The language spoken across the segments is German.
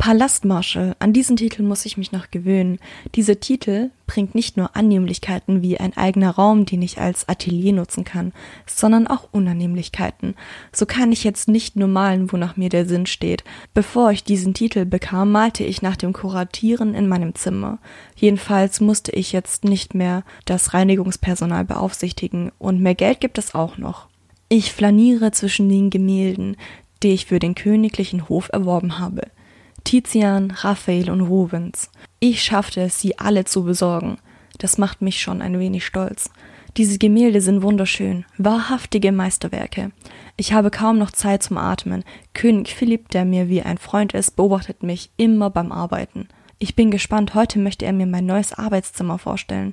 Palastmarschall, an diesen Titel muss ich mich noch gewöhnen. Dieser Titel bringt nicht nur Annehmlichkeiten wie ein eigener Raum, den ich als Atelier nutzen kann, sondern auch Unannehmlichkeiten. So kann ich jetzt nicht nur malen, wonach mir der Sinn steht. Bevor ich diesen Titel bekam, malte ich nach dem Kuratieren in meinem Zimmer. Jedenfalls musste ich jetzt nicht mehr das Reinigungspersonal beaufsichtigen und mehr Geld gibt es auch noch. Ich flaniere zwischen den Gemälden, die ich für den königlichen Hof erworben habe. Tizian, Raphael und Rubens. Ich schaffte es, sie alle zu besorgen. Das macht mich schon ein wenig stolz. Diese Gemälde sind wunderschön, wahrhaftige Meisterwerke. Ich habe kaum noch Zeit zum Atmen. König Philipp, der mir wie ein Freund ist, beobachtet mich immer beim Arbeiten. Ich bin gespannt, heute möchte er mir mein neues Arbeitszimmer vorstellen.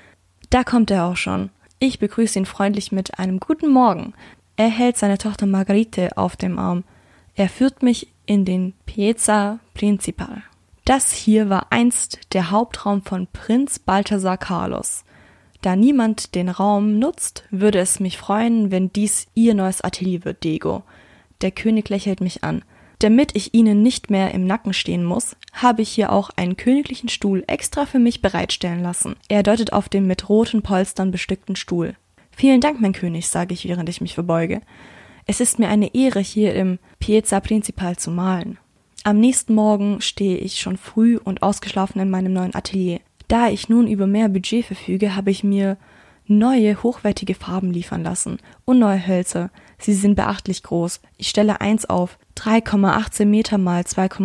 Da kommt er auch schon. Ich begrüße ihn freundlich mit einem Guten Morgen. Er hält seine Tochter Margarite auf dem Arm. Er führt mich in den Piazza Principal. Das hier war einst der Hauptraum von Prinz Balthasar Carlos. Da niemand den Raum nutzt, würde es mich freuen, wenn dies Ihr neues Atelier wird, Diego. Der König lächelt mich an. Damit ich Ihnen nicht mehr im Nacken stehen muss, habe ich hier auch einen königlichen Stuhl extra für mich bereitstellen lassen. Er deutet auf den mit roten Polstern bestückten Stuhl. Vielen Dank, mein König, sage ich, während ich mich verbeuge. Es ist mir eine Ehre, hier im Piazza Principal zu malen. Am nächsten Morgen stehe ich schon früh und ausgeschlafen in meinem neuen Atelier. Da ich nun über mehr Budget verfüge, habe ich mir neue, hochwertige Farben liefern lassen und neue Hölzer. Sie sind beachtlich groß. Ich stelle eins auf. 3,18 Meter mal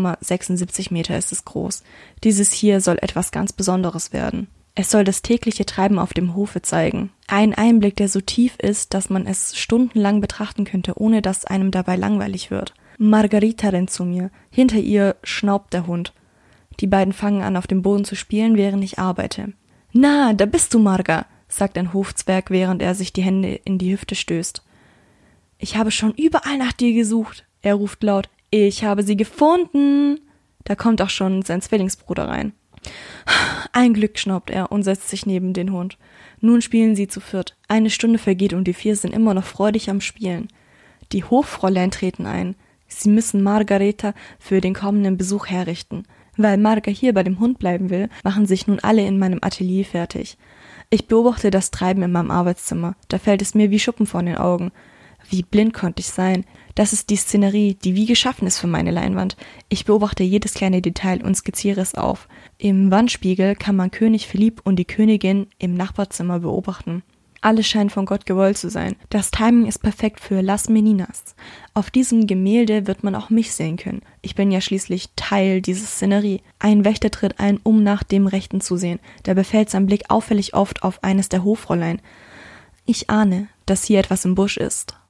2,76 Meter ist es groß. Dieses hier soll etwas ganz Besonderes werden. Es soll das tägliche Treiben auf dem Hofe zeigen. Ein Einblick, der so tief ist, dass man es stundenlang betrachten könnte, ohne dass einem dabei langweilig wird. Margarita rennt zu mir. Hinter ihr schnaubt der Hund. Die beiden fangen an, auf dem Boden zu spielen, während ich arbeite. »Na, da bist du, Marga«, sagt ein Hofzwerg, während er sich die Hände in die Hüfte stößt. »Ich habe schon überall nach dir gesucht«, er ruft laut. »Ich habe sie gefunden!« Da kommt auch schon sein Zwillingsbruder rein. »Ein Glück«, schnaubt er und setzt sich neben den Hund. Nun spielen sie zu viert. 1 Stunde vergeht und die 4 sind immer noch freudig am Spielen. Die Hoffräulein treten ein. Sie müssen Margareta für den kommenden Besuch herrichten. Weil Marga hier bei dem Hund bleiben will, machen sich nun alle in meinem Atelier fertig. Ich beobachte das Treiben in meinem Arbeitszimmer. Da fällt es mir wie Schuppen von den Augen. Wie blind konnte ich sein? Das ist die Szenerie, die wie geschaffen ist für meine Leinwand. Ich beobachte jedes kleine Detail und skizziere es auf. Im Wandspiegel kann man König Philipp und die Königin im Nachbarzimmer beobachten. Alles scheint von Gott gewollt zu sein. Das Timing ist perfekt für Las Meninas. Auf diesem Gemälde wird man auch mich sehen können. Ich bin ja schließlich Teil dieser Szenerie. Ein Wächter tritt ein, um nach dem Rechten zu sehen. Da befällt sein Blick auffällig oft auf eines der Hoffräulein. Ich ahne, dass hier etwas im Busch ist.